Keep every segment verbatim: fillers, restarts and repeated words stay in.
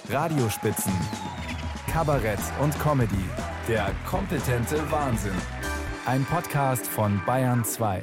Radiospitzen, Kabarett und Comedy. Der kompetente Wahnsinn. Ein Podcast von Bayern zwei.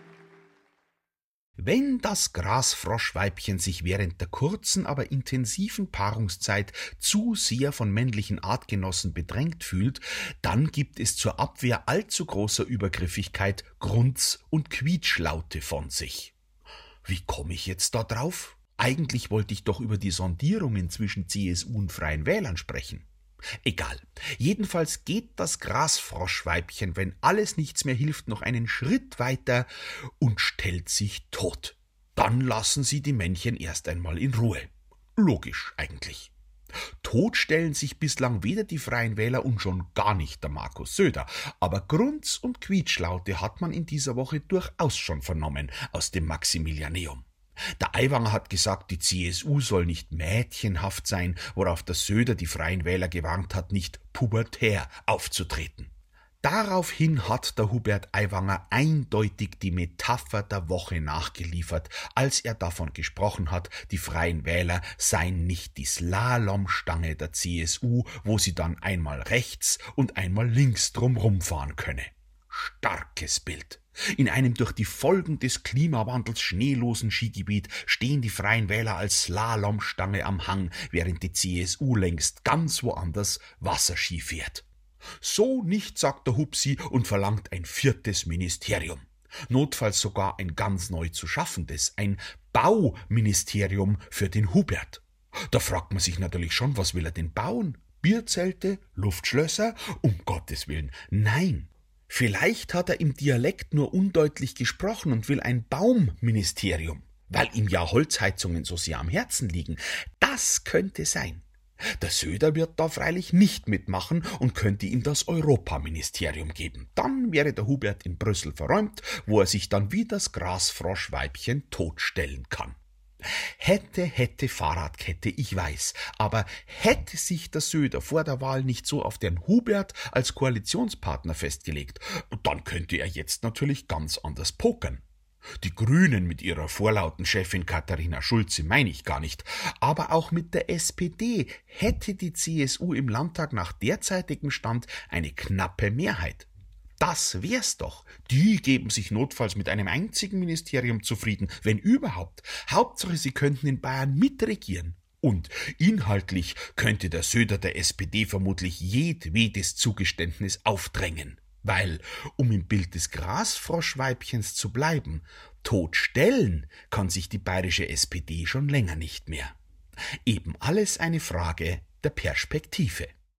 Wenn das Grasfroschweibchen sich während der kurzen, aber intensiven Paarungszeit zu sehr von männlichen Artgenossen bedrängt fühlt, dann gibt es zur Abwehr allzu großer Übergriffigkeit Grunz- und Quietschlaute von sich. Wie komme ich jetzt da drauf? Eigentlich wollte ich doch über die Sondierungen zwischen C S U und Freien Wählern sprechen. Egal. Jedenfalls geht das Grasfroschweibchen, wenn alles nichts mehr hilft, noch einen Schritt weiter und stellt sich tot. Dann lassen sie die Männchen erst einmal in Ruhe. Logisch eigentlich. Tot stellen sich bislang weder die Freien Wähler und schon gar nicht der Markus Söder. Aber Grunz- und Quietschlaute hat man in dieser Woche durchaus schon vernommen aus dem Maximilianeum. Der Aiwanger hat gesagt, die C S U soll nicht mädchenhaft sein, worauf der Söder die Freien Wähler gewarnt hat, nicht pubertär aufzutreten. Daraufhin hat der Hubert Aiwanger eindeutig die Metapher der Woche nachgeliefert, als er davon gesprochen hat, die Freien Wähler seien nicht die Slalomstange der C S U, wo sie dann einmal rechts und einmal links drumrum fahren könne. Starkes Bild. In einem durch die Folgen des Klimawandels schneelosen Skigebiet stehen die Freien Wähler als Slalomstange am Hang, während die C S U längst ganz woanders Wasserski fährt. So nicht, sagt der Hupsi und verlangt ein viertes Ministerium. Notfalls sogar ein ganz neu zu schaffendes, ein Bauministerium für den Hubert. Da fragt man sich natürlich schon, was will er denn bauen? Bierzelte? Luftschlösser? Um Gottes Willen, nein. Vielleicht hat er im Dialekt nur undeutlich gesprochen und will ein Baumministerium, weil ihm ja Holzheizungen so sehr am Herzen liegen. Das könnte sein. Der Söder wird da freilich nicht mitmachen und könnte ihm das Europaministerium geben. Dann wäre der Hubert in Brüssel verräumt, wo er sich dann wie das Grasfroschweibchen totstellen kann. Hätte, hätte Fahrradkette, ich weiß, aber hätte sich der Söder vor der Wahl nicht so auf den Hubert als Koalitionspartner festgelegt, dann könnte er jetzt natürlich ganz anders pokern. Die Grünen mit ihrer vorlauten Chefin Katharina Schulze meine ich gar nicht, aber auch mit der S P D hätte die C S U im Landtag nach derzeitigem Stand eine knappe Mehrheit. Das wär's doch. Die geben sich notfalls mit einem einzigen Ministerium zufrieden, wenn überhaupt. Hauptsache, sie könnten in Bayern mitregieren. Und inhaltlich könnte der Söder der S P D vermutlich jedwedes Zugeständnis aufdrängen. Weil, um im Bild des Grasfroschweibchens zu bleiben, totstellen kann sich die bayerische S P D schon länger nicht mehr. Eben alles eine Frage der Perspektive.